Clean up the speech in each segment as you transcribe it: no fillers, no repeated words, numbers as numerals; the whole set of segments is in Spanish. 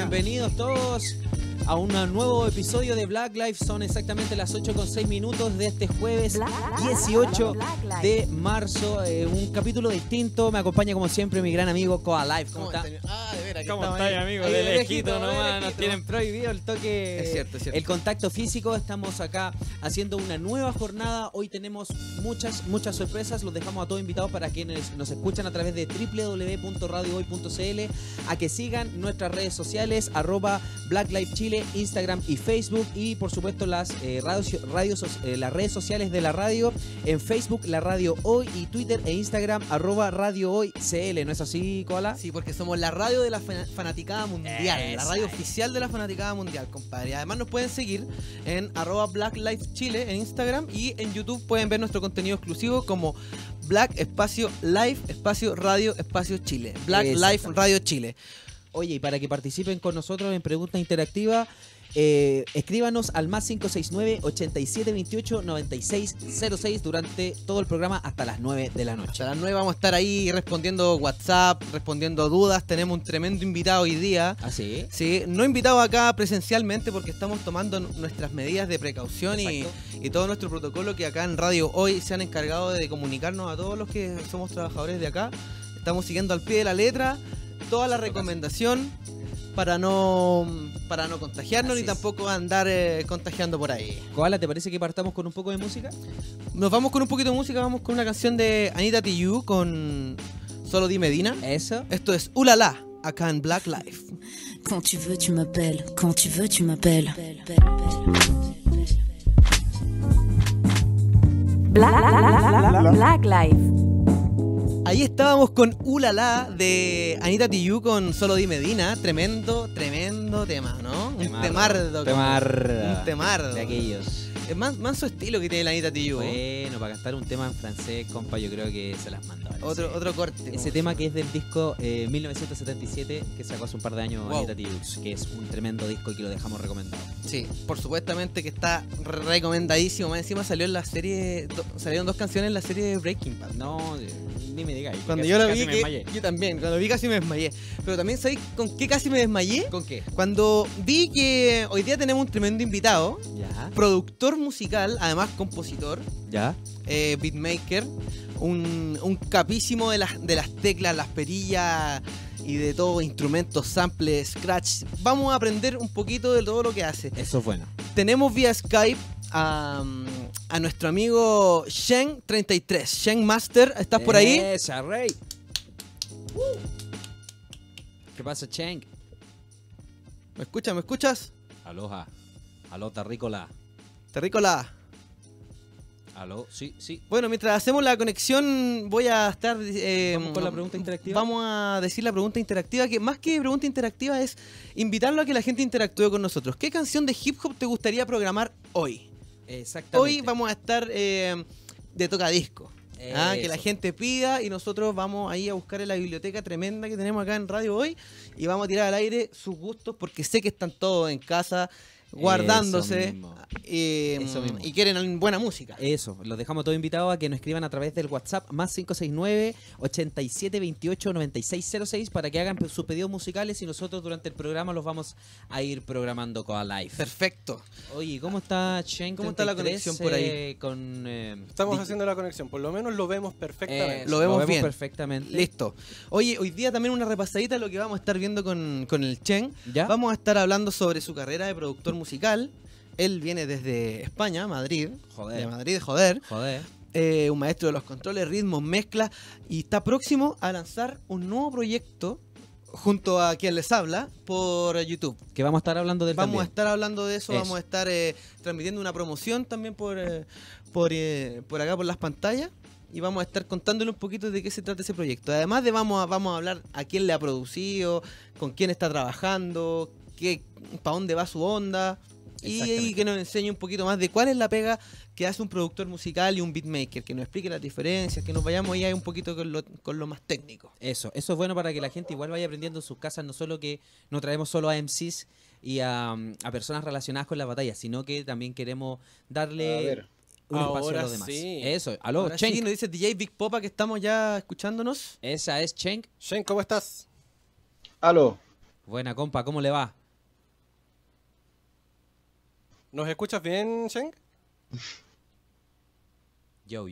bienvenidos todos a un nuevo episodio de Black Life. Son exactamente las 8:06 de este jueves 18 de marzo. Un capítulo distinto. Me acompaña como siempre mi gran amigo Coa Life. ¿Cómo está? Ah, de veras. ¿Cómo está, amigo? De lejito nomás. Nos tienen prohibido el toque, es cierto. El contacto físico. Estamos acá haciendo una nueva jornada. Hoy tenemos muchas sorpresas. Los dejamos a todos invitados para quienes nos escuchan a través de www.radiohoy.cl a que sigan nuestras redes sociales @BlackLifeChile, Instagram y Facebook, y por supuesto las redes sociales de la radio. En Facebook, la Radio Hoy, y Twitter e Instagram @RadioHoyCL. ¿No es así, Koala? Sí, porque somos la radio de la fanaticada mundial. La radio oficial de la fanaticada mundial, compadre. Además nos pueden seguir en @BlackLifeChile en Instagram, y en YouTube pueden ver nuestro contenido exclusivo como Black Espacio Life Espacio Radio Espacio Chile. Black Life Radio Chile. Oye, y para que participen con nosotros en Pregunta Interactiva, escríbanos al +569 8728 9606 durante todo el programa hasta las 9 de la noche. Hasta las 9 vamos a estar ahí respondiendo WhatsApp, respondiendo dudas. Tenemos un tremendo invitado hoy día. ¿Ah, sí? Sí, no invitado acá presencialmente porque estamos tomando nuestras medidas de precaución y todo nuestro protocolo que acá en Radio Hoy se han encargado de comunicarnos a todos los que somos trabajadores de acá. Estamos siguiendo al pie de la letra toda la recomendación para no contagiarnos ni tampoco andar contagiando por ahí. Koala, ¿te parece que partamos con un poco de música? Nos vamos con un poquito de música, vamos con una canción de Anita Tijoux con Solo Di Medina. Eso. Esto es Ulala, acá en Black Life. Quand tu veux, tu m'appelles. Quand tu veux, tu m'appelles. Black Life. Ahí estábamos con Ulala de Anita Tijoux con Solo Di Medina. Tremendo tema, ¿no? Un temardo. Un temardo. De aquellos. Es más su estilo que tiene la Anita Tijoux. Bueno, para cantar un tema en francés, compa, yo creo que se las mandó. Otro corte. Ese tema que es del disco 1977, que sacó hace un par de años Anita Tijoux, que es un tremendo disco y que lo dejamos recomendado. Sí, por supuestamente que está recomendadísimo. Más encima salió en la serie, salieron 2 canciones en la serie de Breaking Bad. No, ni me digáis. Cuando yo lo vi, yo también, cuando vi casi me desmayé. Pero también, ¿sabéis con qué casi me desmayé? ¿Con qué? Cuando vi que hoy día tenemos un tremendo invitado, ya, productor musical, además compositor, ya, beatmaker, un capísimo de las teclas, las perillas y de todo, instrumentos, samples, scratch. Vamos a aprender un poquito de todo lo que hace. Eso es bueno. Tenemos vía Skype a nuestro amigo Shen33. Shen Master, ¿estás por ahí? Esa, rey. ¿Qué pasa, Cheng? ¿Me escuchas? Aloha. Aló, terrícola. Terrícola. Aló, sí. Bueno, mientras hacemos la conexión voy a estar... ¿Vamos con la pregunta interactiva? Vamos a decir la pregunta interactiva, que más que pregunta interactiva es invitarlo a que la gente interactúe con nosotros. ¿Qué canción de hip hop te gustaría programar hoy? Exactamente. Hoy vamos a estar de tocadisco. Que la gente pida y nosotros vamos ahí a buscar en la biblioteca tremenda que tenemos acá en Radio Hoy y vamos a tirar al aire sus gustos porque sé que están todos en casa guardándose Eso mismo. y quieren buena música. Eso, los dejamos todos invitados a que nos escriban a través del WhatsApp +569 8728 9606 para que hagan sus pedidos musicales y nosotros durante el programa los vamos a ir programando con live. Perfecto. Oye, ¿cómo está Chen? ¿Cómo está la conexión por ahí? Estamos haciendo la conexión, por lo menos lo vemos perfectamente. Lo vemos bien. Perfectamente. Listo. Oye, hoy día también una repasadita de lo que vamos a estar viendo con el Chen. ¿Ya? Vamos a estar hablando sobre su carrera de productor musical. Él viene desde España, Madrid. Joder. Un maestro de los controles, ritmos, mezclas. Y está próximo a lanzar un nuevo proyecto junto a quien les habla por YouTube. Que vamos a estar hablando del Vamos a estar hablando de eso. Eso. Vamos a estar transmitiendo una promoción también por acá por las pantallas. Y vamos a estar contándole un poquito de qué se trata ese proyecto. Además de vamos a hablar a quién le ha producido, con quién está trabajando, para dónde va su onda. Y que nos enseñe un poquito más de cuál es la pega que hace un productor musical y un beatmaker, que nos explique las diferencias, que nos vayamos ahí un poquito con lo más técnico. Eso es bueno para que la gente igual vaya aprendiendo en sus casas, no solo que no traemos solo a MCs y a personas relacionadas con la batalla, sino que también queremos darle un espacio a los demás. Sí. Eso, aló, Ahora Chen. sí, nos dice DJ Big Popa que estamos ya escuchándonos. Esa es Chen. Shen, ¿cómo estás? Aló. Buena, compa, ¿cómo le va? ¿Nos escuchas bien, Sheng? Yo.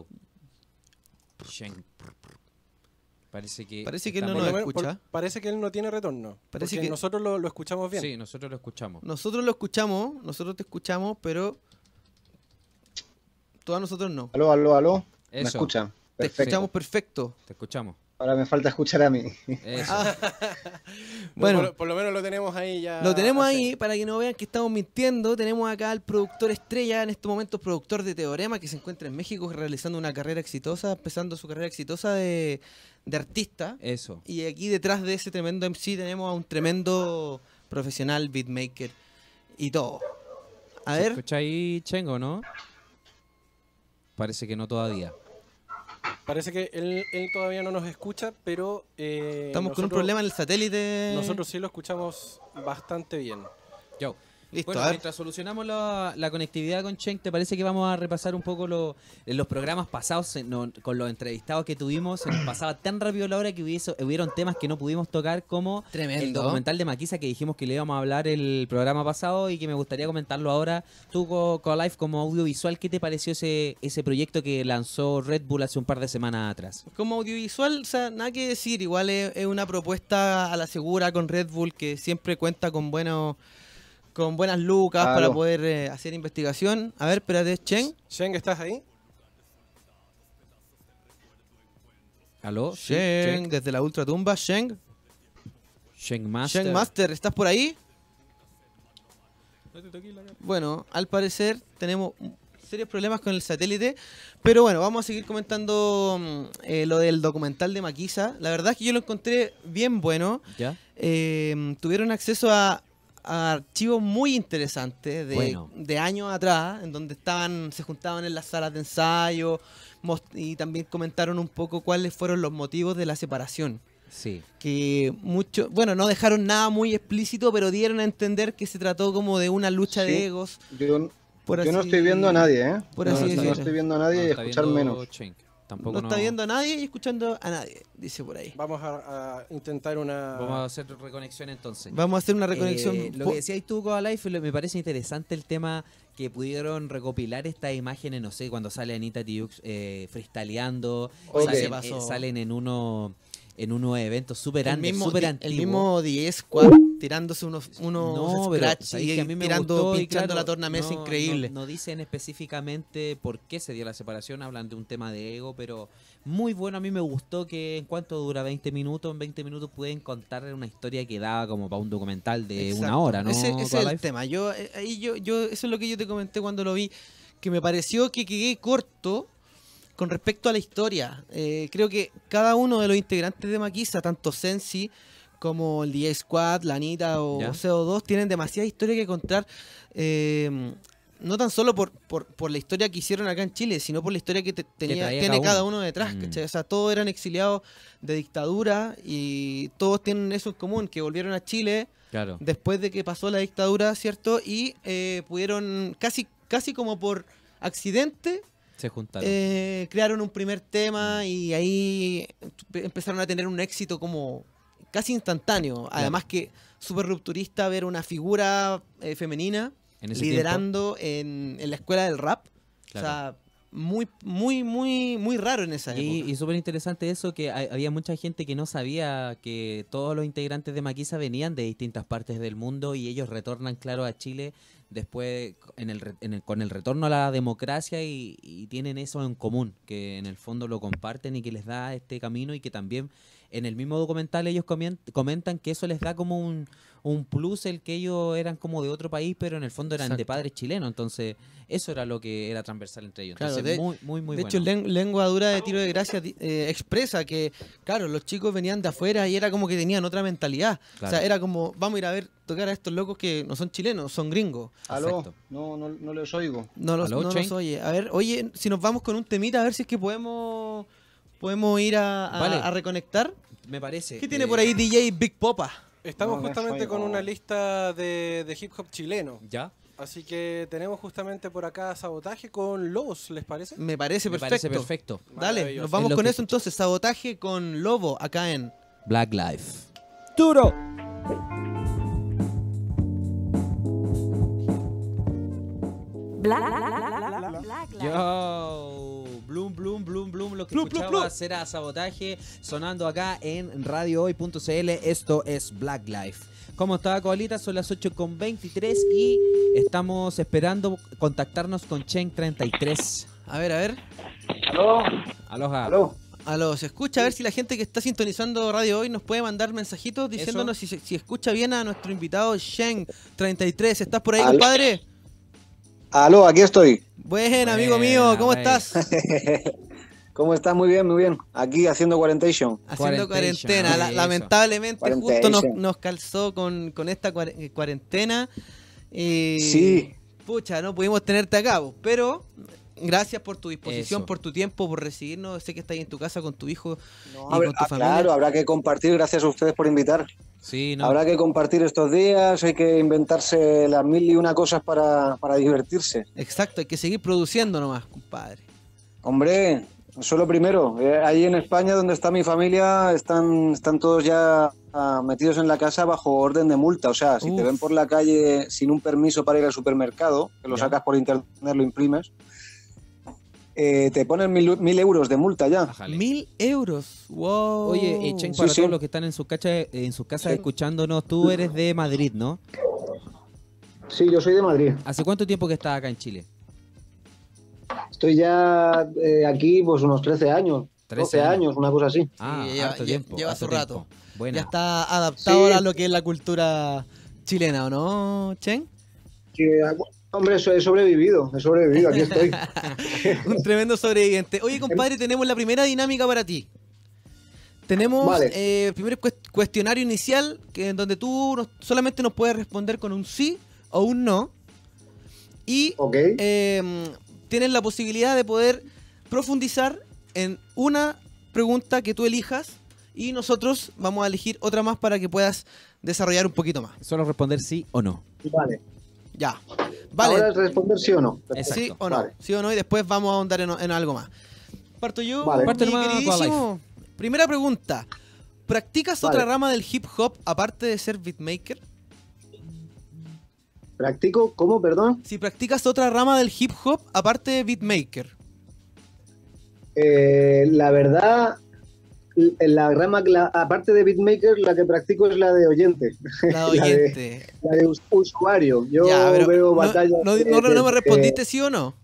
Sheng. Parece que él no estamos- nos escucha. Parece que él no tiene retorno. Parece Porque que- nosotros lo escuchamos bien. Sí, nosotros lo escuchamos. Nosotros lo escuchamos, nosotros te escuchamos, pero todos nosotros no. Aló, aló, aló. ¿Me Eso. escuchan? Te Perfecto. escuchamos perfecto. Te escuchamos. Ahora me falta escuchar a mí. Eso. No, Bueno. por lo menos lo tenemos ahí ya. Lo tenemos a ahí Sheng. para que no vean que estamos mintiendo. Tenemos acá al productor estrella, en estos momentos productor de Teorema, que se encuentra en México realizando una carrera exitosa, empezando su carrera exitosa de artista. Eso. Y aquí detrás de ese tremendo MC tenemos a un tremendo profesional beatmaker y todo. A ¿Se ver, escucha ahí, Chengo, no? Parece que no todavía. Parece que él todavía no nos escucha, pero. estamos con un nosotros- problema en el satélite. Nosotros sí lo escuchamos bastante bien. Yo. Listo, Bueno, a ver. mientras solucionamos la conectividad con Cheng, ¿te parece que vamos a repasar un poco los programas pasados con los entrevistados que tuvimos? Se nos pasaba tan rápido la hora que hubieron temas que no pudimos tocar, como Tremendo. el documental de Maquisa que dijimos que le íbamos a hablar el programa pasado y que me gustaría comentarlo ahora. Tú, Live, como audiovisual, ¿qué te pareció ese proyecto que lanzó Red Bull hace un par de semanas atrás? Como audiovisual, o sea, nada que decir. Igual es una propuesta a la segura con Red Bull que siempre cuenta con buenas lucas Aló. para poder hacer investigación. A ver, espérate, Cheng. Sheng, ¿estás ahí? ¿Aló? Sí, Cheng, desde la ultratumba. Cheng. Cheng Master. Cheng Master, ¿estás por ahí? Bueno, al parecer tenemos serios problemas con el satélite, pero bueno, vamos a seguir comentando lo del documental de Maquisa. La verdad es que yo lo encontré bien bueno. ¿Ya? Tuvieron acceso a archivos muy interesantes Bueno. de años atrás, en donde se juntaban en las salas de ensayo y también comentaron un poco cuáles fueron los motivos de la separación. Sí. Que bueno, no dejaron nada muy explícito, pero dieron a entender que se trató como de una lucha Sí. de egos. Yo Por no así- estoy viendo a nadie, ¿eh? por no, así no decirlo. estoy viendo a nadie No y está escuchar viendo menos. Cheng. Tampoco No está viendo a nadie y escuchando a nadie, dice por ahí. Vamos a intentar una. Vamos a hacer reconexión entonces. Vamos a hacer una reconexión. Lo que decías tú, Life, me parece interesante el tema que pudieron recopilar estas imágenes, no sé, cuando sale Anita Tijoux freestyleando, Ok. salen, Se pasó. salen en unos eventos súper el mismo, súper el antiguos. mismo 10 Squad tirándose unos No, pero scratch sabéis y que a mí me tirando, gustó y pinchando claro, la tornamesa no- increíble. No dicen específicamente por qué se dio la separación, hablan de un tema de ego, pero muy bueno. A mí me gustó que en cuanto dura 20 minutos, en 20 minutos pueden contar una historia que daba como para un documental de Exacto. una hora, ¿no? Ese es el Life? tema. Yo, eso es lo que yo te comenté cuando lo vi, que me pareció que quedé corto con respecto a la historia. Creo que cada uno de los integrantes de Maquisa, tanto Sensi como el DJ Squad, la Anita o ¿Ya? CO2, tienen demasiada historia que contar. No tan solo por la historia que hicieron acá en Chile, sino por la historia que traía tiene cada cada uno. uno detrás. Mm. ¿Cachai? O sea, todos eran exiliados de dictadura y todos tienen eso en común, que volvieron a Chile Claro. después de que pasó la dictadura, ¿cierto? Y pudieron, casi como por accidente, Se juntaron. crearon un primer tema y ahí empezaron a tener un éxito como casi instantáneo. Además que súper rupturista ver una figura femenina En ese liderando en la escuela del rap. Claro. O sea, muy raro en esa época. Y súper interesante eso, que había mucha gente que no sabía que todos los integrantes de Maquisa venían de distintas partes del mundo y ellos retornan, claro, a Chile después con el retorno a la democracia y tienen eso en común, que en el fondo lo comparten y que les da este camino y que también en el mismo documental ellos comentan que eso les da como un plus, el que ellos eran como de otro país, pero en el fondo eran de Exacto. padres chilenos, entonces eso era lo que era transversal entre ellos. Claro, Entonces, de muy de hecho, bueno. Lengua Dura de Tiro de Gracia expresa que, claro, los chicos venían de afuera y era como que tenían otra mentalidad. Claro. O sea, era como, vamos a ir a ver tocar a estos locos que no son chilenos, son gringos. Aló, Perfecto. no los oigo. No los, ¿Aló, no Chen? los oye. A ver, oye, si nos vamos con un temita, a ver si es que podemos ir Vale. a reconectar. Me parece. ¿Qué tiene por ahí DJ Big Popa? Estamos No, me justamente fue- con oh. una lista de hip hop chileno. ¿Ya? Así que tenemos justamente por acá Sabotaje con Lobos, ¿les parece? Me parece Me perfecto. parece perfecto. Dale, Maravilloso. nos vamos Es lo con que eso entonces. Sabotaje con Lobo acá en Black Life. ¡Duro! Yo, Bloom, Bloom, Bloom, Bloom. Lo que escuchabas era Sabotaje sonando acá en radiohoy.cl. Esto es Black Life. ¿Cómo está, Coalita? Son las 8:23 y estamos esperando contactarnos con Chen33. A ver. ¿Aló? Aloha. ¿Aló? Aló, ¿se escucha? A ver si la gente que está sintonizando Radio Hoy nos puede mandar mensajitos diciéndonos si escucha bien a nuestro invitado Shen33. ¿Estás por ahí, Aló. compadre? Aló, aquí estoy. Buen, amigo mío, ¿cómo güey. estás? ¿Cómo estás? Muy bien, muy bien. Aquí haciendo quarantation. Haciendo Quarantation, cuarentena. eso. Lamentablemente Quarantation. justo nos calzó con esta cuarentena. Y, Sí. pucha, no pudimos tenerte acá, vos, pero gracias por tu disposición, Eso. por tu tiempo, por recibirnos. Sé que estás ahí en tu casa con tu hijo No, y con tu familia. claro, habrá que compartir. Gracias a ustedes por invitar. Sí, no. Habrá que compartir estos días. Hay que inventarse las mil y una cosas para divertirse. Exacto, hay que seguir produciendo nomás, compadre. Hombre, eso es lo primero. Ahí en España, donde está mi familia, están todos ya metidos en la casa bajo orden de multa. O sea, si te Uf. ven por la calle sin un permiso para ir al supermercado, que lo Ya. sacas por internet, lo imprimes, te ponen 1.000 euros de multa ya. Bájale. 1.000 euros. Wow. Oye, Chen, Sí, para sí. todos los que están en sus casas Sí. escuchándonos, tú eres de Madrid, ¿no? Sí, yo soy de Madrid. ¿Hace cuánto tiempo que estás acá en Chile? Estoy ya aquí pues unos 13 años, 13 12 años, una cosa así. Ah, lleva- harto lle- tiempo. lleva harto su rato. tiempo. Buena. Ya está adaptado Sí. ahora a lo que es la cultura chilena, ¿o no, Chen? Sí, hombre, he sobrevivido, aquí estoy. Un tremendo sobreviviente. Oye, compadre, tenemos la primera dinámica para ti. Tenemos Vale. el primer cuestionario inicial en donde tú solamente nos puedes responder con un sí o un no. Y Ok, tienes la posibilidad de poder profundizar en una pregunta que tú elijas y nosotros vamos a elegir otra más para que puedas desarrollar un poquito más. Solo responder sí o no. vale. Ya. Vale. Ahora es responder sí o no. Exacto. Sí o no. Vale. Sí o no, y después vamos a ahondar en algo más. Parto yo, Vale. mi Parte nomás, queridísimo. Primera pregunta. ¿Practicas Vale. otra rama del hip hop aparte de ser beatmaker? ¿Practico? ¿Cómo? Perdón. Si practicas otra rama del hip hop aparte de beatmaker. La verdad, aparte de beatmaker, la que practico es la de oyente. La de oyente. La de usuario. Yo Ya, pero veo no, batallas. no me respondiste sí o no.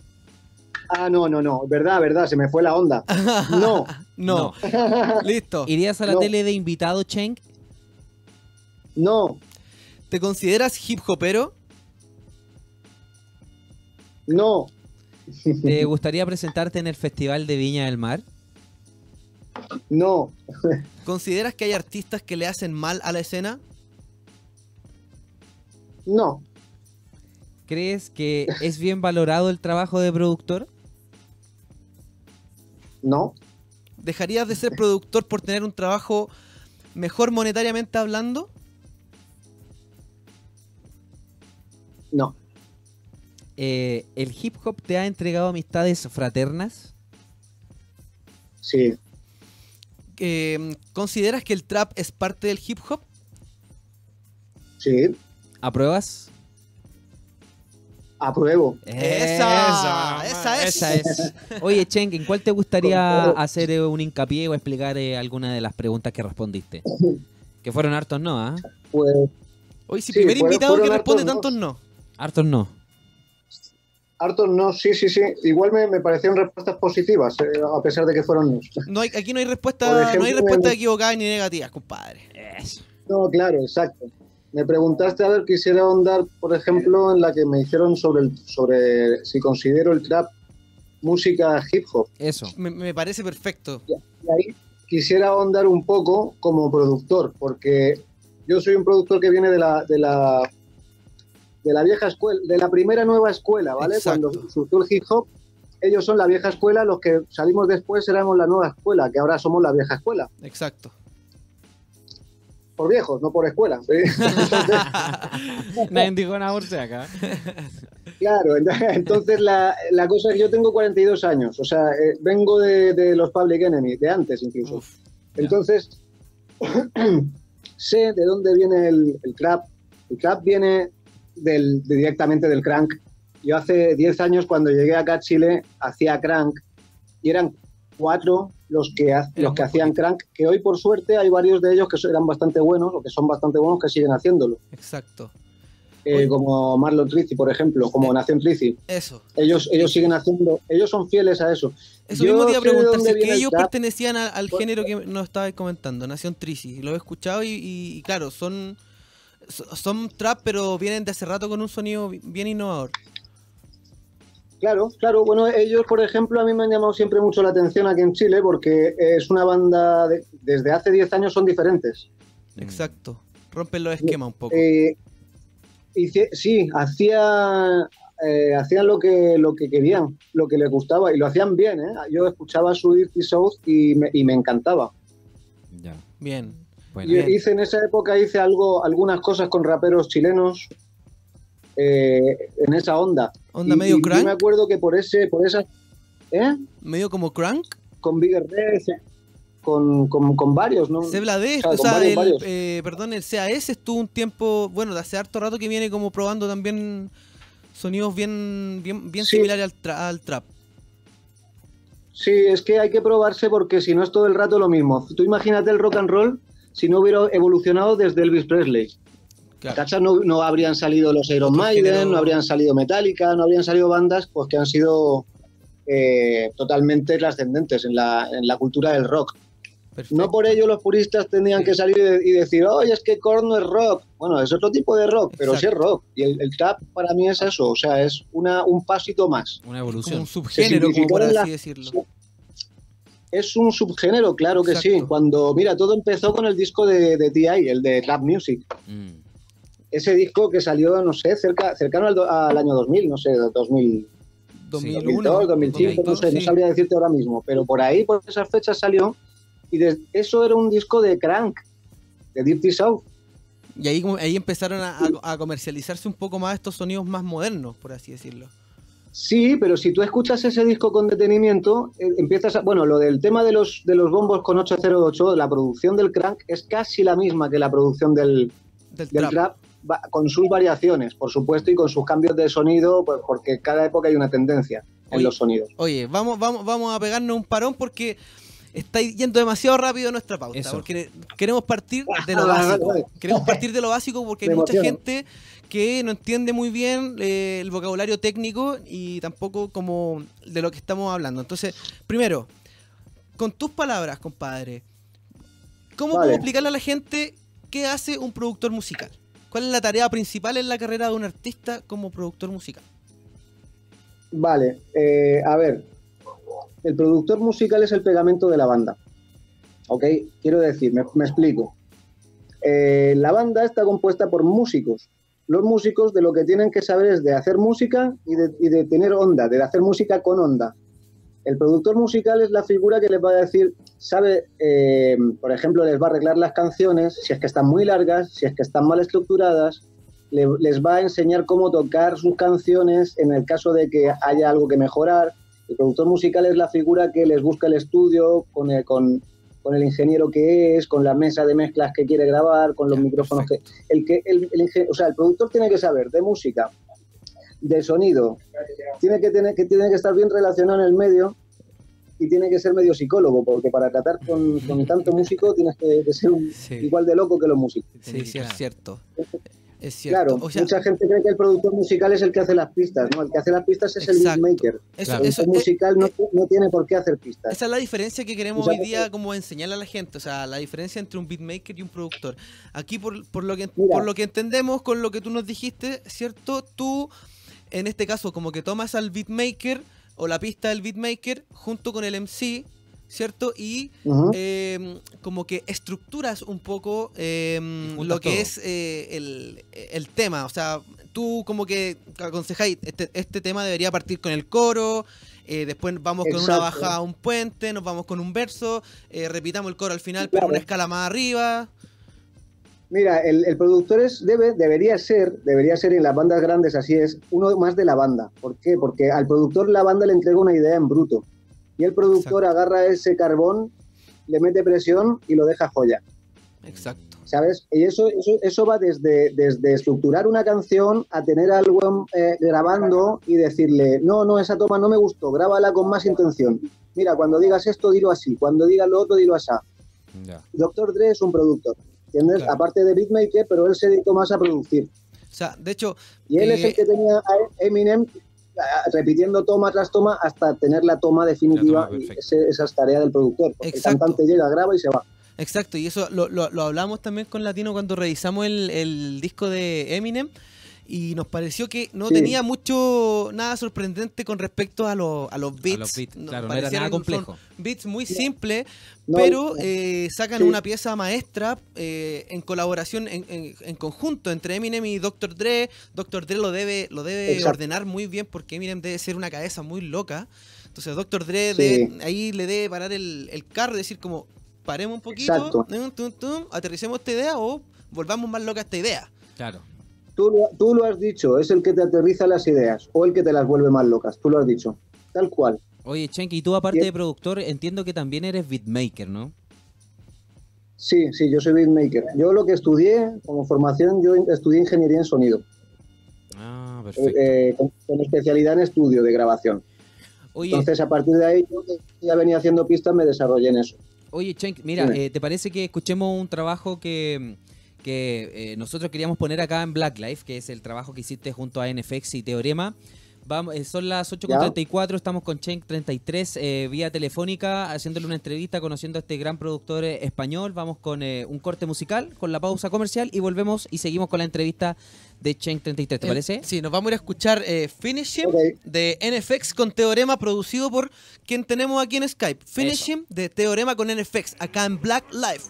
No. Verdad, se me fue la onda. No. No. Listo. ¿Irías a la No. tele de invitado, Chen? No. ¿Te consideras hip hopero? No. ¿Te gustaría presentarte en el Festival de Viña del Mar? No. ¿Consideras que hay artistas que le hacen mal a la escena? No. ¿Crees que es bien valorado el trabajo de productor? No. ¿Dejarías de ser productor por tener un trabajo mejor monetariamente hablando? No. ¿El hip hop te ha entregado amistades fraternas? Sí. ¿Consideras que el trap es parte del hip hop? Sí. ¿Apruebas? Apruebo. Esa es. Oye, Chen, ¿en cuál te gustaría Con todo. hacer un hincapié o explicar alguna de las preguntas que respondiste? Que fueron hartos no, ¿ah? Pues Hoy si Sí, primer invitado que fueron responde hartos tantos no. Hartos no. hartos no, sí. Igual me parecieron respuestas positivas, a pesar de que fueron no. Aquí no hay respuesta, Por ejemplo, no hay respuestas equivocadas ni negativas, compadre. No, claro, exacto. Me preguntaste, a ver, quisiera ahondar, por ejemplo, en la que me hicieron sobre si considero el trap música hip hop. Eso. Me parece perfecto. Y ahí quisiera ahondar un poco como productor, porque yo soy un productor que viene de la vieja escuela, de la primera nueva escuela, ¿vale? Exacto. Cuando surgió el hip hop, ellos son la vieja escuela, los que salimos después éramos la nueva escuela, que ahora somos la vieja escuela. Exacto. Por viejos, no por escuela. Entonces, Nadie dijo nada por si acá. claro, entonces la cosa es que yo tengo 42 años, o sea, vengo de los Public Enemy, de antes incluso. Uf, Entonces, sé de dónde viene el trap. El trap viene directamente del crank. Yo hace 10 años, cuando llegué acá a Chile, hacía crank y eran 4 los que hacían crank, que hoy por suerte hay varios de ellos que eran bastante buenos o que son bastante buenos que siguen haciéndolo. Exacto. Como Marlon Trichy, por ejemplo, como Nación Trichy. Eso. Ellos siguen haciendo, ellos son fieles a eso. Eso mismo te iba a sé de preguntar, dónde si es que viene el ellos trap. pertenecían al género que nos estabas comentando, Nación Trichy. Lo he escuchado y claro, son trap, pero vienen de hace rato con un sonido bien innovador. Claro, bueno, ellos, por ejemplo, a mí me han llamado siempre mucho la atención aquí en Chile porque es una banda, desde hace 10 años son diferentes. Exacto. Rompen los esquemas un poco. Sí, hacían lo que querían, lo que les gustaba y lo hacían bien, ¿eh? Yo escuchaba su Dirty South y me encantaba. Ya. Bien. Bueno. Y en esa época hice algunas cosas con raperos chilenos en esa onda. ¿Onda medio crank? Yo me acuerdo que por esa, ¿Medio como crank? con Bigger Red, con varios, ¿no? Sebla D, O sea, o sea, con varios. el CAS estuvo un tiempo, bueno, de hace harto rato que viene como probando también sonidos bien Sí. similares al trap. Sí, es que hay que probarse porque si no es todo el rato lo mismo. Tú imagínate el rock and roll si no hubiera evolucionado desde Elvis Presley. Claro. ¿Cachas? No habrían salido los Iron Otro Maiden, género. no habrían salido Metallica, no habrían salido bandas pues que han sido totalmente trascendentes en la cultura del rock. Perfecto. No por ello los puristas tendrían que salir y decir, oye, es que Korn no es rock. Bueno, es otro tipo de rock, pero sí es Exacto. rock. Y el trap para mí es eso, o sea, es un pasito más. Una Como evolución. un subgénero, como por simplificaron así decirlo. Es un subgénero, claro que Exacto. sí. Cuando, mira, todo empezó con el disco de T.I., el de Trap Music. Mm. Ese disco que salió, no sé, cercano al año 2000, no sé, 2000, 2001, 2002, 2005, no sé, no sí. sabría decirte ahora mismo. Pero por ahí, por esas fechas salió. Y eso era un disco de crank, de Dirty South. Y ahí empezaron a comercializarse un poco más estos sonidos más modernos, por así decirlo. Sí, pero si tú escuchas ese disco con detenimiento, empiezas a... Bueno, lo del tema de los bombos con 808, la producción del crank es casi la misma que la producción del trap, con sus variaciones, por supuesto, y con sus cambios de sonido, pues, porque cada época hay una tendencia en los sonidos. Oye, vamos a pegarnos un parón porque está yendo demasiado rápido nuestra pauta. Eso. Porque queremos partir de lo básico. Vale. Queremos partir de lo básico porque hay Me mucha emociono. gente que no entiende muy bien el vocabulario técnico y tampoco como de lo que estamos hablando. Entonces, primero, con tus palabras, compadre, ¿cómo Vale. podemos explicarle a la gente qué hace un productor musical? ¿Cuál es la tarea principal en la carrera de un artista como productor musical? Vale, a ver, el productor musical es el pegamento de la banda, ¿ok? Quiero decir, me explico. La banda está compuesta por músicos. Los músicos de lo que tienen que saber es de hacer música y de tener onda, de hacer música con onda. El productor musical es la figura que les va a decir, sabe, por ejemplo, les va a arreglar las canciones, si es que están muy largas, si es que están mal estructuradas, les va a enseñar cómo tocar sus canciones en el caso de que haya algo que mejorar. El productor musical es la figura que les busca el estudio con el ingeniero que es, con la mesa de mezclas que quiere grabar, con los micrófonos que... O sea, el productor tiene que saber de música, de sonido, tiene que estar bien relacionado en el medio y tiene que ser medio psicólogo, porque para tratar con tanto músico tienes que ser Sí. igual de loco que los músicos. Sí, sí, es cierto. Es Claro, cierto. O sea, mucha gente cree que el productor musical es el que hace las pistas, ¿no? El que hace las pistas es el Exacto. beatmaker. Eso- El productor musical no tiene por qué hacer pistas. esa es la diferencia que queremos O sea, hoy día como enseñarle a la gente, o sea, la diferencia entre un beatmaker y un productor. Aquí por lo que entendemos con lo que tú nos dijiste, ¿cierto? Tú, en este caso, como que tomas al beatmaker o la pista del beatmaker junto con el MC, ¿cierto? Y Ujú. como que estructuras un poco juntas lo que todo. es el tema. O sea, tú como que aconsejáis, este tema debería partir con el coro, después vamos con una Exacto. bajada a un puente, nos vamos con un verso, repitamos el coro al final, Claro. pero una escala más arriba. Mira, el productor debería ser, y en las bandas grandes así es, uno más de la banda. ¿Por qué? Porque al productor la banda le entrega una idea en bruto. Y el productor agarra ese carbón, le mete presión y lo deja joya. Exacto. ¿sabes? Y eso va desde estructurar una canción a tener algo grabando y decirle, no, esa toma no me gustó, grábala con más intención. Mira, cuando digas esto, dilo así, cuando digas lo otro, dilo así. Ya. Dr. Dre es un productor, ¿entiendes? Claro. Aparte de beatmaker, pero él se dedicó más a producir. O sea, de hecho... Y él es el que tenía a Eminem repitiendo toma tras toma hasta tener la toma definitiva. La toma perfecta. Esa es tarea del productor. Porque Exacto. el cantante llega, graba y se va. Exacto, y eso lo hablamos también con Latino cuando revisamos el disco de Eminem, y nos pareció que no Sí. tenía nada sorprendente con respecto a los beats. los beats, Nos claro, no era parecieron- nada complejo. son beats muy simples, No, pero no. sacan Sí. una pieza maestra en colaboración, en conjunto entre Eminem y Dr. Dre. Dr. Dre lo debe Exacto. ordenar muy bien porque Eminem debe ser una cabeza muy loca. Entonces Dr. Dre Sí. ahí le debe parar el carro y decir como, paremos un poquito, Exacto. aterricemos esta idea o volvamos más loca esta idea. Claro. Tú lo has dicho, es el que te aterriza las ideas o el que te las vuelve más locas. Tú lo has dicho. Tal cual. Oye, Chenky, y tú aparte Bien. de productor, entiendo que también eres beatmaker, ¿no? Sí, yo soy beatmaker. Yo lo que estudié como formación, yo estudié ingeniería en sonido. Ah, perfecto. Con especialidad en estudio de grabación. Oye, Entonces, a partir de ahí, yo que ya venía haciendo pistas, me desarrollé en eso. Oye, Chenk, mira, Dime. ¿te parece que escuchemos un trabajo que nosotros queríamos poner acá en Black Life, que es el trabajo que hiciste junto a NFX y Teorema? Vamos, son las 8:34, estamos con Chenk 33 vía telefónica, haciéndole una entrevista, conociendo a este gran productor español. Vamos con un corte musical, con la pausa comercial, y volvemos y seguimos con la entrevista de Chenk 33, ¿te parece? Sí, nos vamos a ir a escuchar Finish Him Ok. de NFX con Teorema, producido por quien tenemos aquí en Skype. Finish Him de Teorema con NFX, acá en Black Life.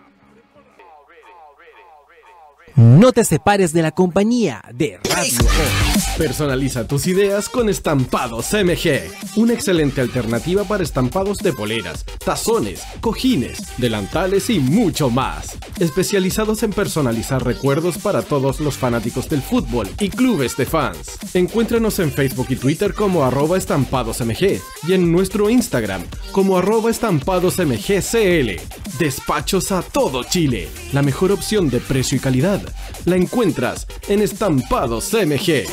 No te separes de la compañía de Radio O. Personaliza tus ideas con Estampados MG, una excelente alternativa para estampados de poleras, tazones, cojines, delantales y mucho más. Especializados en personalizar recuerdos para todos los fanáticos del fútbol y clubes de fans. Encuéntranos en Facebook y Twitter como @estampadosmg y en nuestro Instagram como @estampadosmgcl. Despachos a todo Chile. La mejor opción de precio y calidad la encuentras en Estampados MG.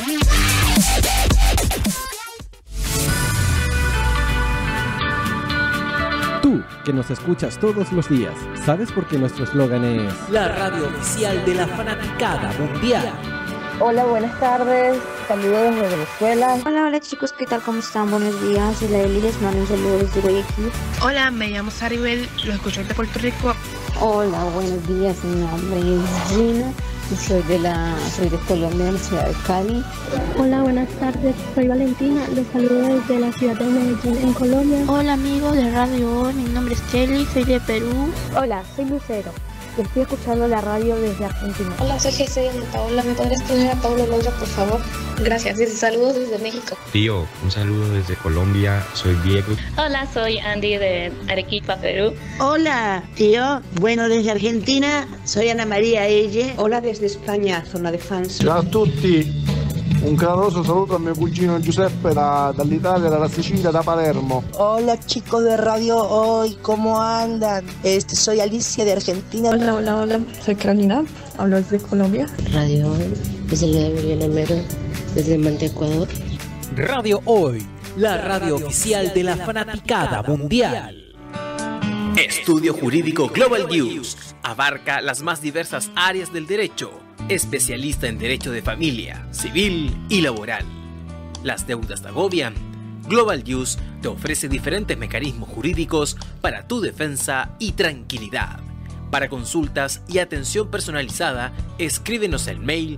Tú, que nos escuchas todos los días, ¿sabes por qué nuestro eslogan es? La radio oficial de la fanaticada mundial. Hola, buenas tardes. Saludos desde Venezuela. Hola chicos, ¿qué tal? ¿Cómo están? Buenos días. Soy la Eli, les mando un saludo desde Guayaquil. Hola, me llamo Saribel, lo escucho de Puerto Rico. Hola, buenos días. Mi nombre es Gina y soy de Colombia, de la ciudad de Cali. Hola, buenas tardes. Soy Valentina. Los saludo desde la ciudad de Medellín, en Colombia. Hola amigos de Radio O, mi nombre es Kelly, soy de Perú. Hola, soy Lucero. Estoy escuchando la radio desde Argentina. Hola, soy Jesús de Paola. ¿Me podrías poner a Pablo Londra, por favor? Gracias. Y saludos desde México. Tío, un saludo desde Colombia. Soy Diego. Hola, soy Andy de Arequipa, Perú. Hola, tío. Bueno, desde Argentina soy Ana María Elle. Hola desde España, zona de fans. Ciao a tutti. Un caloroso saluto a mio cugino Giuseppe dall'Italia, dalla Sicilia, da Palermo. Hola chicos de Radio Hoy, ¿cómo andan? Soy Alicia de Argentina. Hola, soy Carolina, hablo desde Colombia. Radio Hoy, desde la Emiliana Mero, desde Manta, Ecuador. Radio Hoy, la radio oficial de la fanaticada mundial. Estudio Jurídico Global News abarca las más diversas áreas del derecho. Especialista en derecho de familia, civil y laboral. ¿Las deudas te agobian? Global News te ofrece diferentes mecanismos jurídicos para tu defensa y tranquilidad. Para consultas y atención personalizada, escríbenos el mail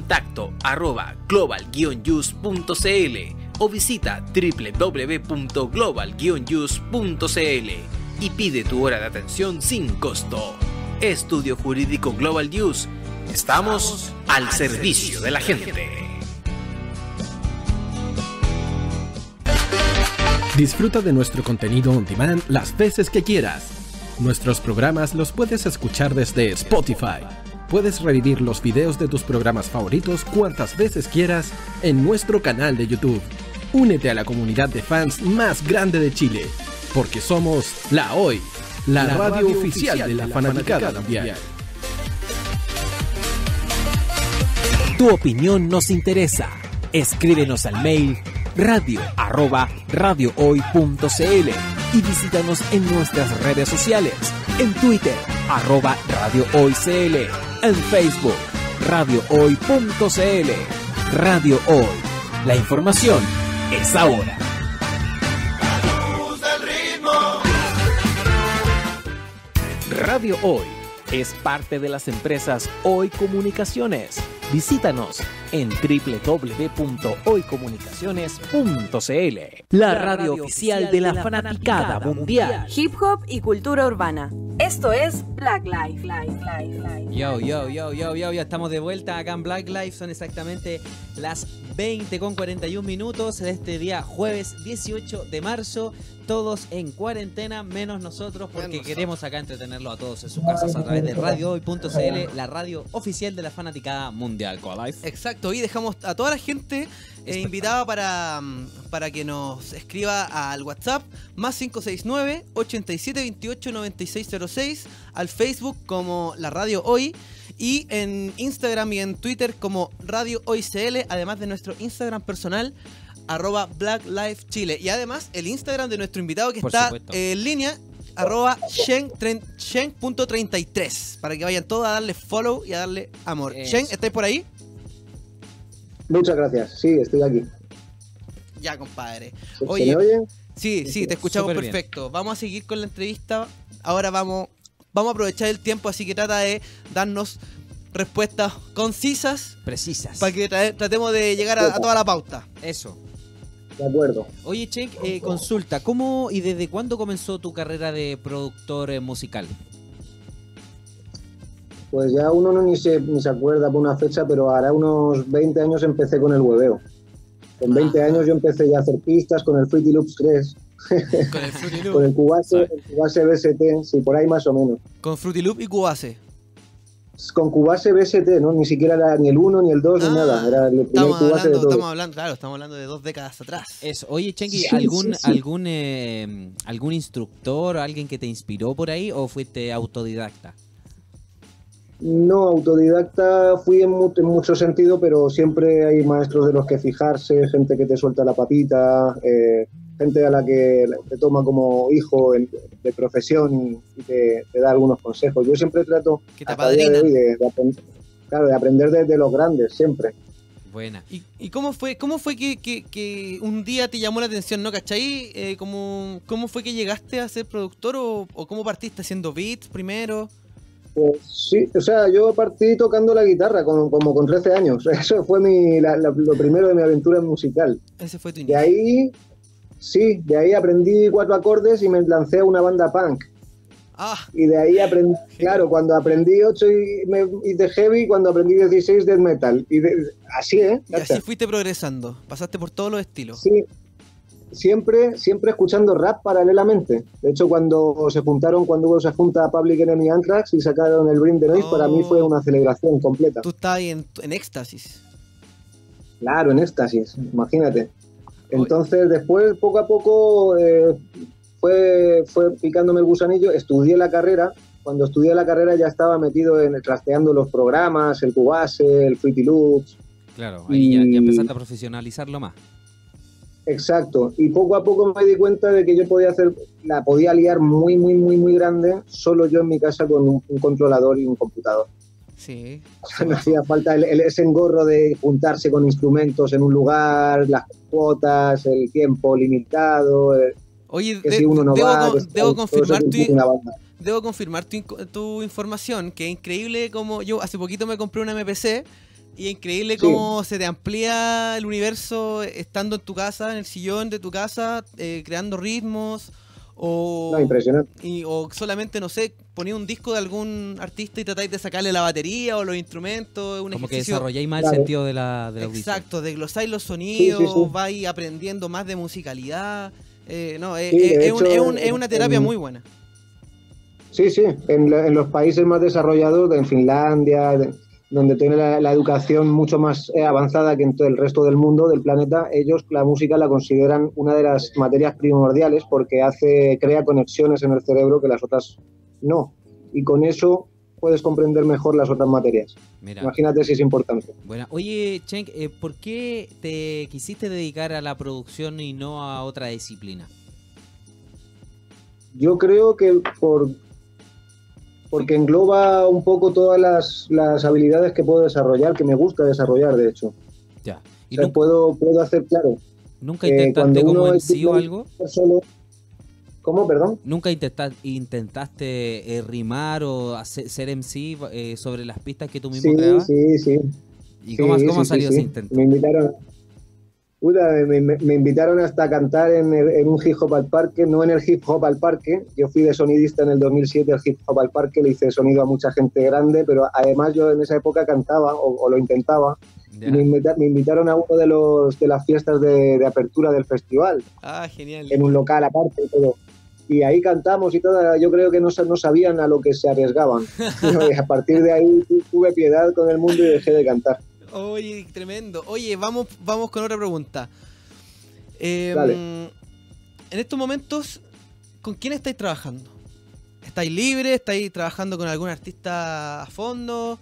contacto@global-news.cl o visita www.global-news.cl y pide tu hora de atención sin costo. Estudio Jurídico Global News. Estamos al servicio de la gente. Disfruta de nuestro contenido on demand las veces que quieras. Nuestros programas los puedes escuchar desde Spotify. Puedes revivir los videos de tus programas favoritos cuantas veces quieras en nuestro canal de YouTube. Únete a la comunidad de fans más grande de Chile, porque somos La Hoy, la radio oficial de la fanaticada mundial. Tu opinión nos interesa. Escríbenos al mail radio@radiohoy.cl y visítanos en nuestras redes sociales. En Twitter, @radiohoycl. En Facebook, radiohoy.cl. Radio Hoy. La información es ahora. Radio Hoy es parte de las empresas Hoy Comunicaciones. Visítanos en www.hoycomunicaciones.cl. La radio oficial de la fanaticada mundial. Hip hop y cultura urbana. Esto es Black Life. Yo, ya estamos de vuelta acá en Black Life. Son exactamente las 20:41 de este día jueves 18 de marzo. Todos en cuarentena, menos nosotros, porque queremos acá entretenerlo a todos en sus casas a través de radiohoy.cl, la radio oficial de la fanaticada mundial. Exacto, y dejamos a toda la gente invitada para que nos escriba al WhatsApp más 569-8728-9606, al Facebook como La Radio Hoy, y en Instagram y en Twitter como Radio Hoy CL, además de nuestro Instagram personal @BlackLifeChile, y además el Instagram de nuestro invitado que está en línea @Shen.33, para que vayan todos a darle follow y a darle amor. Shen, ¿estáis por ahí? Muchas gracias, sí, estoy aquí. Ya, compadre. Oye, ¿se me oye? Sí, te escuchamos perfecto. Bien. Vamos a seguir con la entrevista. Ahora vamos a aprovechar el tiempo, así que trata de darnos respuestas concisas, precisas, para que tratemos de llegar a toda la pauta. Eso. De acuerdo. Oye, Chen, consulta, ¿cómo y desde cuándo comenzó tu carrera de productor musical? Pues ya uno ni se acuerda por una fecha, pero hará unos 20 años empecé con el hueveo. Con 20 años yo empecé ya a hacer pistas con el Fruity Loops 3. Con el Fruity Loop. Con el Cubase BST, sí, por ahí más o menos. Con Fruity Loop y Cubase. Con Cubase BST, ¿no? Ni siquiera era ni el 1, ni el 2, ni nada. Era el primer Cubase de todo. Estamos hablando de 2 décadas atrás. Eso. Oye, Chenki, sí, ¿algún instructor o alguien que te inspiró por ahí o fuiste autodidacta? No, autodidacta fui en mucho sentido, pero siempre hay maestros de los que fijarse, gente que te suelta la patita, gente a la que te toma como hijo de profesión y te da algunos consejos. Yo siempre trato de aprender de los grandes, siempre. Buena. ¿Y cómo fue que un día te llamó la atención, no cachai? ¿Cómo fue que llegaste a ser productor o cómo partiste haciendo beats primero? Pues sí, o sea, yo partí tocando la guitarra como con 13 años. Eso fue lo primero de mi aventura musical. Ese fue tu inicio. De ahí aprendí 4 acordes y me lancé a una banda punk. Y de ahí aprendí, claro, cuando aprendí 8 me hice heavy, cuando aprendí 16 death metal. Así, ¿eh? Y así fuiste progresando, pasaste por todos los estilos. Sí. Siempre escuchando rap paralelamente. De hecho, cuando hubo esa junta Public Enemy Anthrax y sacaron el Bring the Noise, para mí fue una celebración completa. Tú estabas ahí en éxtasis. Claro, en éxtasis, imagínate. Entonces, después, poco a poco, fue picándome el gusanillo. Estudié la carrera. Cuando estudié la carrera ya estaba metido trasteando los programas, el Cubase, el Fruity Loops. Claro, ahí ya empezaste a profesionalizarlo más. Exacto, y poco a poco me di cuenta de que yo podía liar muy, muy, muy, muy grande solo yo en mi casa con un controlador y un computador. Sí. O sea, me hacía falta ese engorro de juntarse con instrumentos en un lugar, las cuotas, el tiempo limitado. Oye, que si uno no debo confirmar tu información, que es increíble como yo hace poquito me compré una MPC. Y es increíble cómo se te amplía el universo estando en tu casa, en el sillón de tu casa, creando ritmos. Impresionante. O solamente, no sé, ponía un disco de algún artista y tratáis de sacarle la batería o los instrumentos. Como que desarrolláis más el sentido de la audición. Exacto, desglosáis los sonidos, vais aprendiendo más de musicalidad. Es una terapia muy buena. Sí, en los países más desarrollados, en Finlandia, donde tiene la educación mucho más avanzada que en todo el resto del mundo, del planeta, ellos la música la consideran una de las materias primordiales porque crea conexiones en el cerebro que las otras no. Y con eso puedes comprender mejor las otras materias. Mira. Imagínate si es importante. Bueno, oye, Cenk, ¿por qué te quisiste dedicar a la producción y no a otra disciplina? Yo creo que porque engloba un poco todas las habilidades que puedo desarrollar, que me gusta desarrollar, de hecho. Ya. ¿Y o sea, puedo hacer, claro. ¿Nunca intentaste como MC o algo? Solo... ¿Cómo, perdón? ¿Nunca intentaste rimar o ser MC sobre las pistas que tú mismo creabas? Sí. ¿Y cómo salió ese intento? Me invitaron hasta a cantar en un hip hop al parque, no en el hip hop al parque. Yo fui de sonidista en el 2007 al hip hop al parque, le hice sonido a mucha gente grande, pero además yo en esa época cantaba o lo intentaba. Y me invitaron a uno de las fiestas de apertura del festival. Ah, genial. En un local aparte y todo. Y ahí cantamos y todo. Yo creo que no sabían a lo que se arriesgaban. Y a partir de ahí tuve piedad con el mundo y dejé de cantar. Oye, tremendo. Oye, vamos con otra pregunta. Dale. En estos momentos, ¿con quién estáis trabajando? ¿Estáis libres? ¿Estáis trabajando con algún artista a fondo?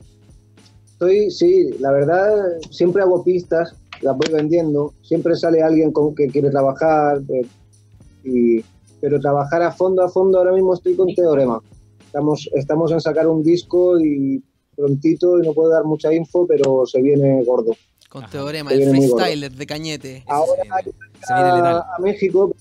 Sí, la verdad, siempre hago pistas, las voy vendiendo. Siempre sale alguien con que quiere trabajar. Pero trabajar a fondo, ahora mismo estoy con Teorema. Estamos en sacar un disco y prontito, y no puedo dar mucha info, pero se viene gordo. Con Teorema, el freestyler de Cañete. Ahora a México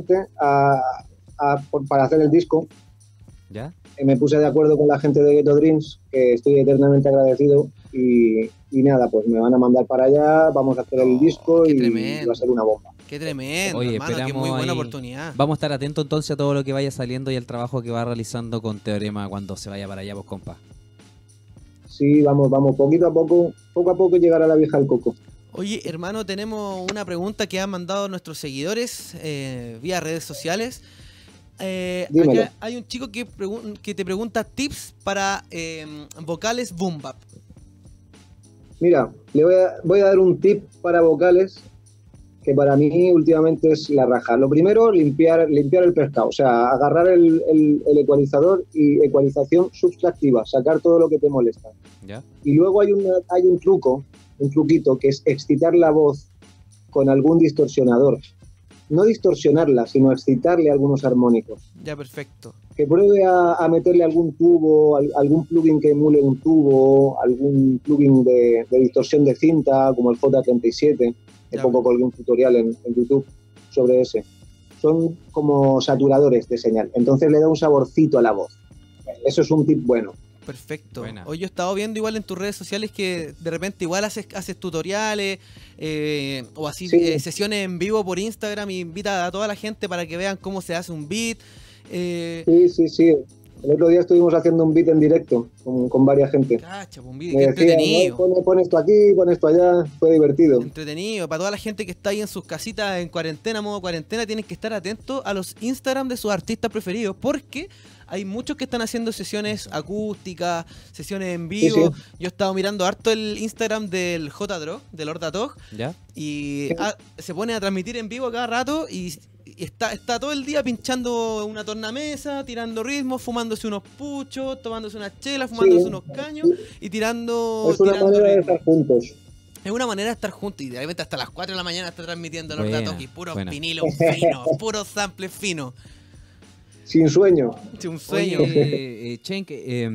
para hacer el disco. ¿Ya? Me puse de acuerdo con la gente de Ghetto Dreams, que estoy eternamente agradecido. Y nada, pues me van a mandar para allá, vamos a hacer el disco y va a ser una bomba. Qué tremendo, oye, hermano, qué muy buena oportunidad. Vamos a estar atentos entonces a todo lo que vaya saliendo y el trabajo que va realizando con Teorema cuando se vaya para allá, vos, compa. Sí, vamos, poco a poco llegar a la vieja al coco. Oye, hermano, tenemos una pregunta que han mandado nuestros seguidores vía redes sociales. Acá hay un chico que te pregunta tips para vocales boom bap. Mira, le voy a dar un tip para vocales que para mí últimamente es la raja. Lo primero, limpiar el pescado, o sea, agarrar el ecualizador y ecualización subtractiva, sacar todo lo que te molesta. ¿Ya? Y luego hay un truquito, que es excitar la voz con algún distorsionador. No distorsionarla, sino excitarle algunos armónicos. Ya, perfecto. Que pruebe a meterle algún tubo, algún plugin que emule un tubo, algún plugin de distorsión de cinta, como el J37. Hace poco colgué un tutorial en YouTube sobre ese. Son como saturadores de señal. Entonces le da un saborcito a la voz. Eso es un tip bueno. Perfecto. Buena. Hoy yo he estado viendo igual en tus redes sociales que de repente igual haces tutoriales o así sesiones en vivo por Instagram y invita a toda la gente para que vean cómo se hace un beat. Sí. El otro día estuvimos haciendo un beat en directo con varias gente. Cacha, un beat, qué entretenido. Pon esto aquí, pon esto allá, fue divertido. Entretenido. Para toda la gente que está ahí en sus casitas en cuarentena, modo cuarentena, tienen que estar atentos a los Instagram de sus artistas preferidos porque hay muchos que están haciendo sesiones acústicas, sesiones en vivo. Sí. Yo he estado mirando harto el Instagram del J-Drog, del Ordatog. ¿Ya? Y se pone a transmitir en vivo cada rato y está todo el día pinchando una tornamesa, tirando ritmos, fumándose unos puchos, tomándose unas chelas, fumándose unos caños y tirando. Es una manera de estar juntos. Es una manera de estar juntos y de repente hasta las 4 de la mañana está transmitiendo el Ordatog y puros vinilos finos, puros samples finos. Sin sueño. Sin sueño. Cenk,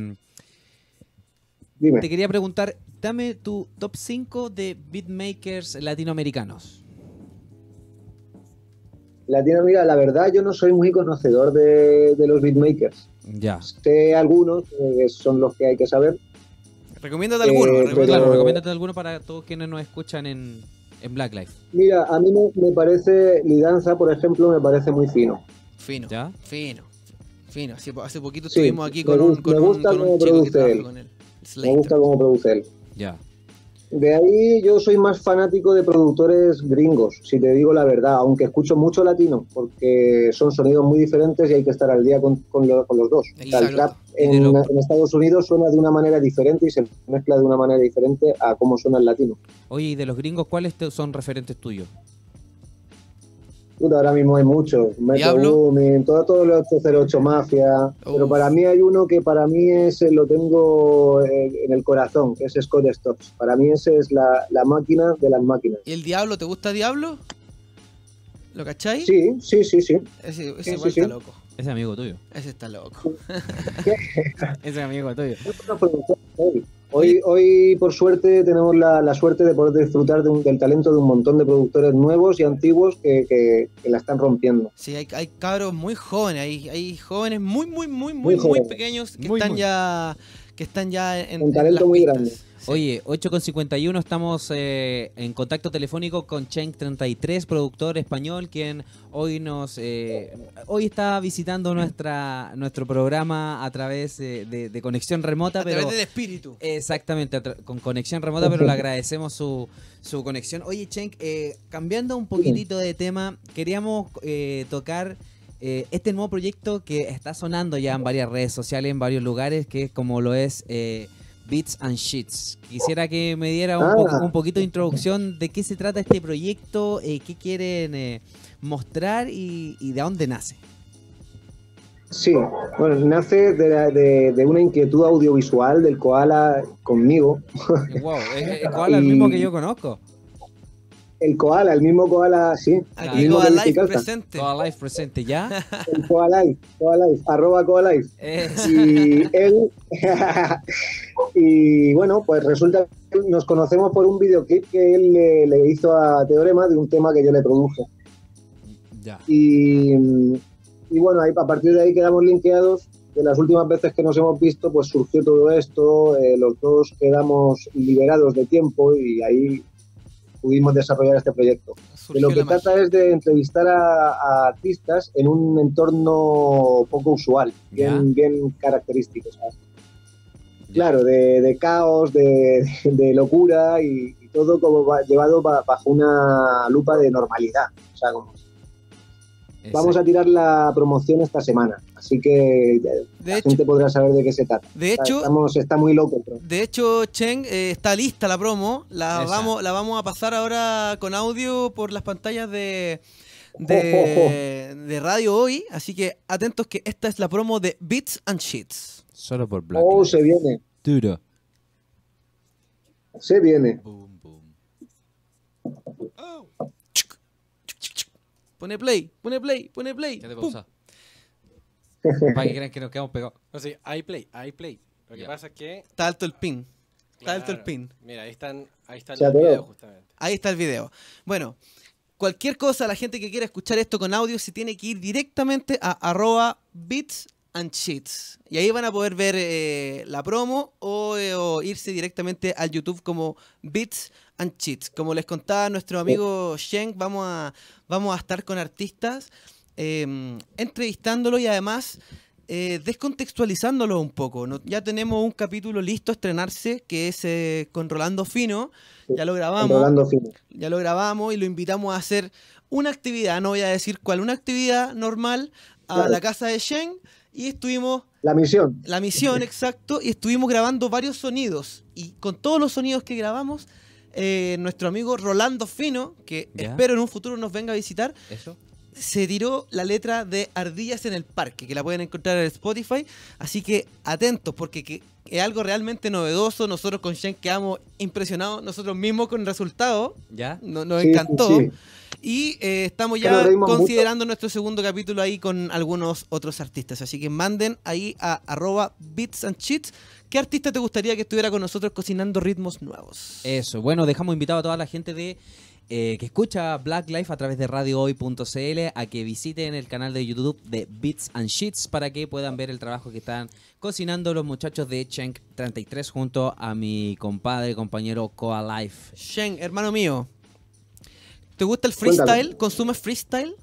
dime. Te quería preguntar, dame tu top 5 de beatmakers latinoamericanos. Latinoamérica, la verdad yo no soy muy conocedor de los beatmakers. Ya. Sé algunos, que son los que hay que saber. Recomiéndate alguno. Claro, recomiéndate alguno para todos quienes nos escuchan en Black Life. Mira, a mí me parece, Lidanza, por ejemplo, me parece muy fino. Fino. ¿Ya? Fino. Hace poquito estuvimos aquí con un chico que trabaja con él. Me gusta cómo produce él. Ya. De ahí yo soy más fanático de productores gringos, si te digo la verdad, aunque escucho mucho latino, porque son sonidos muy diferentes y hay que estar al día con los dos. O sea, el rap en Estados Unidos suena de una manera diferente y se mezcla de una manera diferente a cómo suena el latino. Oye, ¿y de los gringos cuáles son referentes tuyos? Puta, ahora mismo hay muchos. Metro Diablo. Boomin, todo lo 808 Mafia. Pero para mí hay uno que para mí lo tengo en el corazón, que es Scott Storch. Para mí ese es la máquina de las máquinas. ¿Y el Diablo? ¿Te gusta Diablo? ¿Lo cacháis? Sí. Ese Sí, igual sí. está loco. Ese amigo tuyo. Ese está loco. Ese amigo tuyo. Hoy, por suerte, tenemos la suerte de poder disfrutar del talento de un montón de productores nuevos y antiguos que la están rompiendo. Sí, hay cabros muy jóvenes, hay jóvenes muy jóvenes. pequeños que Muy, están muy. ya en Un talento las muy pistas. grande. Sí. Oye, 8:51, estamos en contacto telefónico con Cenk33, productor español, quien hoy hoy está visitando nuestro programa a través de conexión remota. A pero través del espíritu. Exactamente, con conexión remota, pero le agradecemos su conexión. Oye, Cenk, cambiando un poquitito de tema, queríamos tocar este nuevo proyecto que está sonando ya en varias redes sociales, en varios lugares, que es como lo es Beats and Sheets. Quisiera que me diera un poquito de introducción de qué se trata este proyecto, qué quieren mostrar y de dónde nace. Sí, bueno, nace de una inquietud audiovisual del Koala conmigo. Wow, el Koala es el mismo que yo conozco. El mismo Koala, sí. Aquí Koala Life presente. Koala Life presente, ¿ya? El Koala Life, @Koala Life. Y él, y bueno, pues resulta que nos conocemos por un videoclip que él le hizo a Teorema de un tema que yo le produje. Ya. Y bueno, ahí, a partir de ahí quedamos linkeados. De las últimas veces que nos hemos visto, pues surgió todo esto, los dos quedamos liberados de tiempo y ahí pudimos desarrollar este proyecto. De lo que trata es de entrevistar a artistas en un entorno poco usual, bien característico, ¿sabes? Claro, de caos, de locura y todo como llevado bajo una lupa de normalidad. O sea, vamos a tirar la promoción esta semana, así que la gente podrá saber de qué se trata. De hecho, está muy loco. De hecho, Chen, está lista la promo. La vamos a pasar ahora con audio por las pantallas de Radio Hoy. Así que atentos que esta es la promo de Beats and Sheets. Solo por Black. Oh, se viene. Duro. Se viene. Boom, boom. Pone play. ¿Qué te pausa? Para que crean que nos quedamos pegados. No sé, hay play. Lo que pasa es que... Está alto el pin. Claro. Mira, ahí está el Ya video veo. justamente. Ahí está el video. Bueno, cualquier cosa, la gente que quiera escuchar esto con audio se tiene que ir directamente a @Beats and Sheets. Y ahí van a poder ver la promo o irse directamente al YouTube como Beats and Sheets. Como les contaba nuestro amigo Shen, vamos a estar con artistas entrevistándolo y además descontextualizándolo un poco. Ya tenemos un capítulo listo a estrenarse que es con Rolando Fino. Ya lo grabamos y lo invitamos a hacer una actividad, no voy a decir cuál, una actividad normal a la casa de Shen. Y estuvimos... La misión, exacto. Y estuvimos grabando varios sonidos. Y con todos los sonidos que grabamos, nuestro amigo Rolando Fino, que espero en un futuro nos venga a visitar, se tiró la letra de Ardillas en el Parque, que la pueden encontrar en Spotify. Así que atentos, porque es algo realmente novedoso. Nosotros con Shen quedamos impresionados nosotros mismos con el resultado. ¿Ya? Nos encantó. Sí. Y estamos ya considerando nuestro segundo capítulo ahí con algunos otros artistas. Así que manden ahí a @Beats and Sheets. ¿Qué artista te gustaría que estuviera con nosotros cocinando ritmos nuevos? Eso, bueno, dejamos invitado a toda la gente que escucha Black Life a través de radiohoy.cl a que visiten el canal de YouTube de Beats and Sheets para que puedan ver el trabajo que están cocinando los muchachos de Cenk33 junto a mi compañero Koala Life. Shen, hermano mío, ¿te gusta el freestyle? Cuéntame. ¿Consumes freestyle?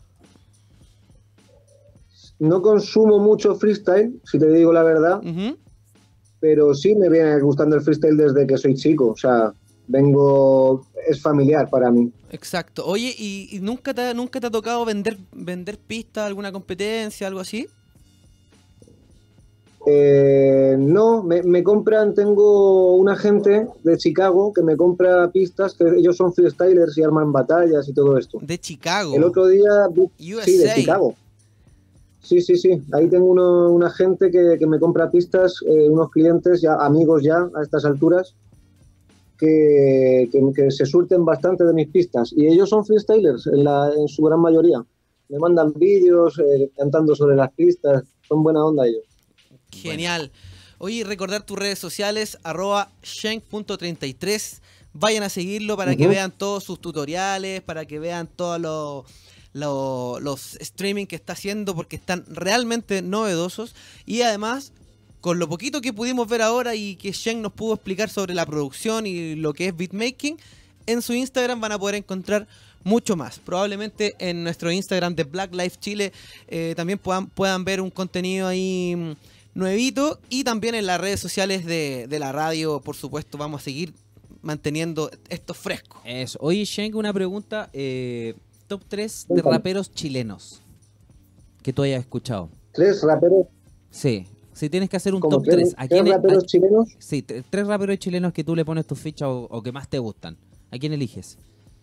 No consumo mucho freestyle, si te digo la verdad, pero sí me viene gustando el freestyle desde que soy chico. O sea, es familiar para mí. Exacto. Oye, ¿y nunca te ha tocado vender pistas, alguna competencia, algo así? No, me compran, tengo un agente de Chicago que me compra pistas, que ellos son freestylers y arman batallas y todo esto. De Chicago. El otro día, USA. Sí, de Chicago. Sí, ahí tengo un agente que me compra pistas, unos clientes, ya amigos ya a estas alturas, que se surten bastante de mis pistas. Y ellos son freestylers en su gran mayoría. Me mandan vídeos cantando sobre las pistas, son buena onda ellos. Genial. Oye, recordar tus redes sociales, @shenk.33. Vayan a seguirlo para que vean todos sus tutoriales, para que vean todos los streaming que está haciendo, porque están realmente novedosos. Y además, con lo poquito que pudimos ver ahora y que Shen nos pudo explicar sobre la producción y lo que es beatmaking, en su Instagram van a poder encontrar mucho más. Probablemente en nuestro Instagram de Black Life Chile también puedan ver un contenido ahí nuevito, y también en las redes sociales de la radio, por supuesto, vamos a seguir manteniendo esto fresco. Eso. Oye, Shen, una pregunta. Top 3 de raperos chilenos que tú hayas escuchado. ¿3 raperos? Sí. Si tienes que hacer un top 3. ¿3 raperos chilenos? Sí, 3 raperos chilenos que tú le pones tus fichas o que más te gustan. ¿A quién eliges?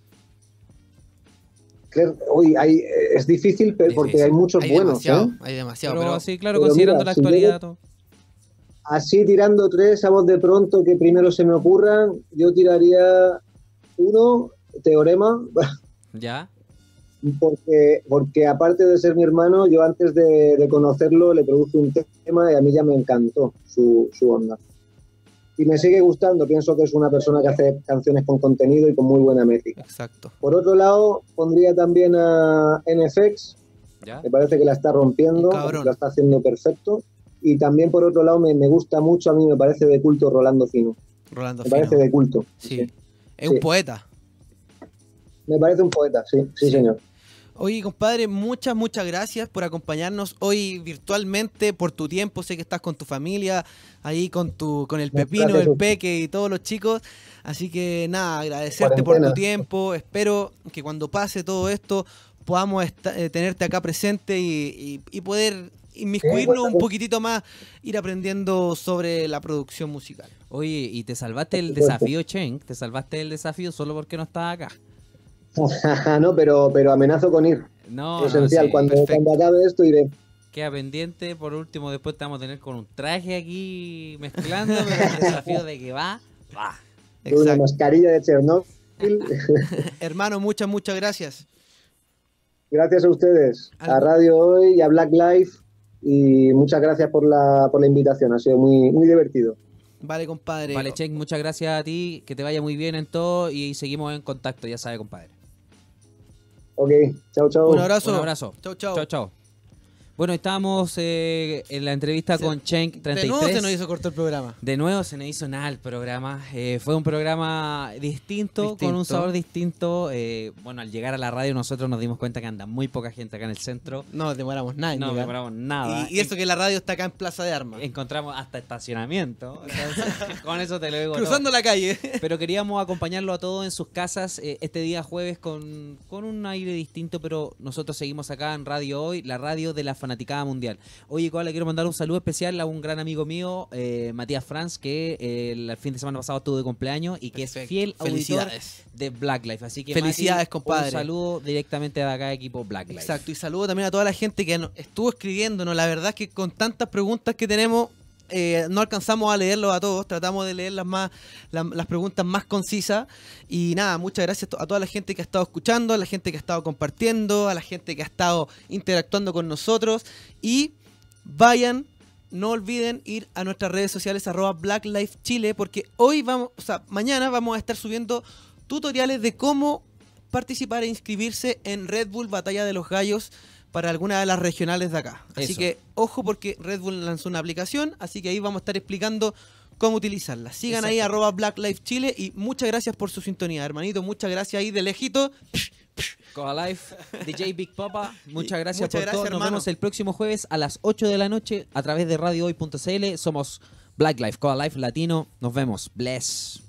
Uy, es difícil porque hay muchos buenos. Hay demasiado. Pero sí, claro, considerando la actualidad. Así tirando 3 a voz de pronto que primero se me ocurran, yo tiraría 1, Teorema. ¿Ya? Porque aparte de ser mi hermano, yo antes de conocerlo le produje un tema y a mí ya me encantó su onda. Y me sigue gustando, pienso que es una persona que hace canciones con contenido y con muy buena métrica. Exacto. Por otro lado, pondría también a NFX, ¿Ya? Me parece que la está rompiendo, la está haciendo perfecto. Y también por otro lado me gusta mucho, a mí me parece de culto Rolando Fino. Me parece de culto. Sí. Es un poeta. Me parece un poeta, sí, señor. Oye, compadre, muchas gracias por acompañarnos hoy virtualmente, por tu tiempo. Sé que estás con tu familia, ahí con el Pepino, el Peque y todos los chicos. Así que nada, agradecerte por tu tiempo. Espero que cuando pase todo esto podamos tenerte acá presente y poder inmiscuirnos un poquitito más, ir aprendiendo sobre la producción musical. Oye, y te salvaste el desafío, Chen. Te salvaste el desafío solo porque no estás acá. No, pero amenazo con ir. No, esencial. Sí, cuando acabe esto iré. Queda pendiente. Por último, después te vamos a tener con un traje aquí mezclando, pero el desafío de que va. Una mascarilla de Chernobyl. Hermano, muchas gracias. Gracias a ustedes, a Radio Hoy y a Black Life, y muchas gracias por la invitación, ha sido muy divertido. Vale, compadre. Vale, Chen, muchas gracias a ti, que te vaya muy bien en todo y seguimos en contacto, ya sabes, compadre. Ok, chao. Un abrazo. Chao. Bueno, estábamos en la entrevista con Chen 33. De nuevo se nos hizo corto el programa. De nuevo se nos hizo nada el programa. Fue un programa distinto, con un sabor distinto. Bueno, al llegar a la radio nosotros nos dimos cuenta que anda muy poca gente acá en el centro. No demoramos nada en llegar. No demoramos nada. Y eso que la radio está acá en Plaza de Armas. Encontramos hasta estacionamiento. Entonces, con eso te lo digo. Cruzando la calle. Pero queríamos acompañarlo a todos en sus casas este día jueves con un aire distinto, pero nosotros seguimos acá en Radio Hoy, la radio de la fanaticada mundial. Oye, le quiero mandar un saludo especial a un gran amigo mío, Matías Franz, que el fin de semana pasado estuvo de cumpleaños y que es fiel auditor de Black Life. Así que felicidades, Mati, compadre. Un saludo directamente de acá, equipo Black Life. Exacto, y saludo también a toda la gente que estuvo escribiéndonos. La verdad es que con tantas preguntas que tenemos, no alcanzamos a leerlos a todos, tratamos de leer las preguntas más concisas. Y nada, muchas gracias a toda la gente que ha estado escuchando, a la gente que ha estado compartiendo, a la gente que ha estado interactuando con nosotros. Y no olviden ir a nuestras redes sociales @BlackLifeChile, porque mañana vamos a estar subiendo tutoriales de cómo participar e inscribirse en Red Bull Batalla de los Gallos para alguna de las regionales de acá. Así que ojo, porque Red Bull lanzó una aplicación, así que ahí vamos a estar explicando cómo utilizarla. Sigan ahí @BlackLifeChile y muchas gracias por su sintonía, hermanito. Muchas gracias ahí de lejito. Coa Life, DJ Big Papa, muchas gracias por todo. Hermano. Nos vemos el próximo jueves a las 8 de la noche a través de radiohoy.cl. Somos Black Life, Coa Life Latino. Nos vemos. Bless.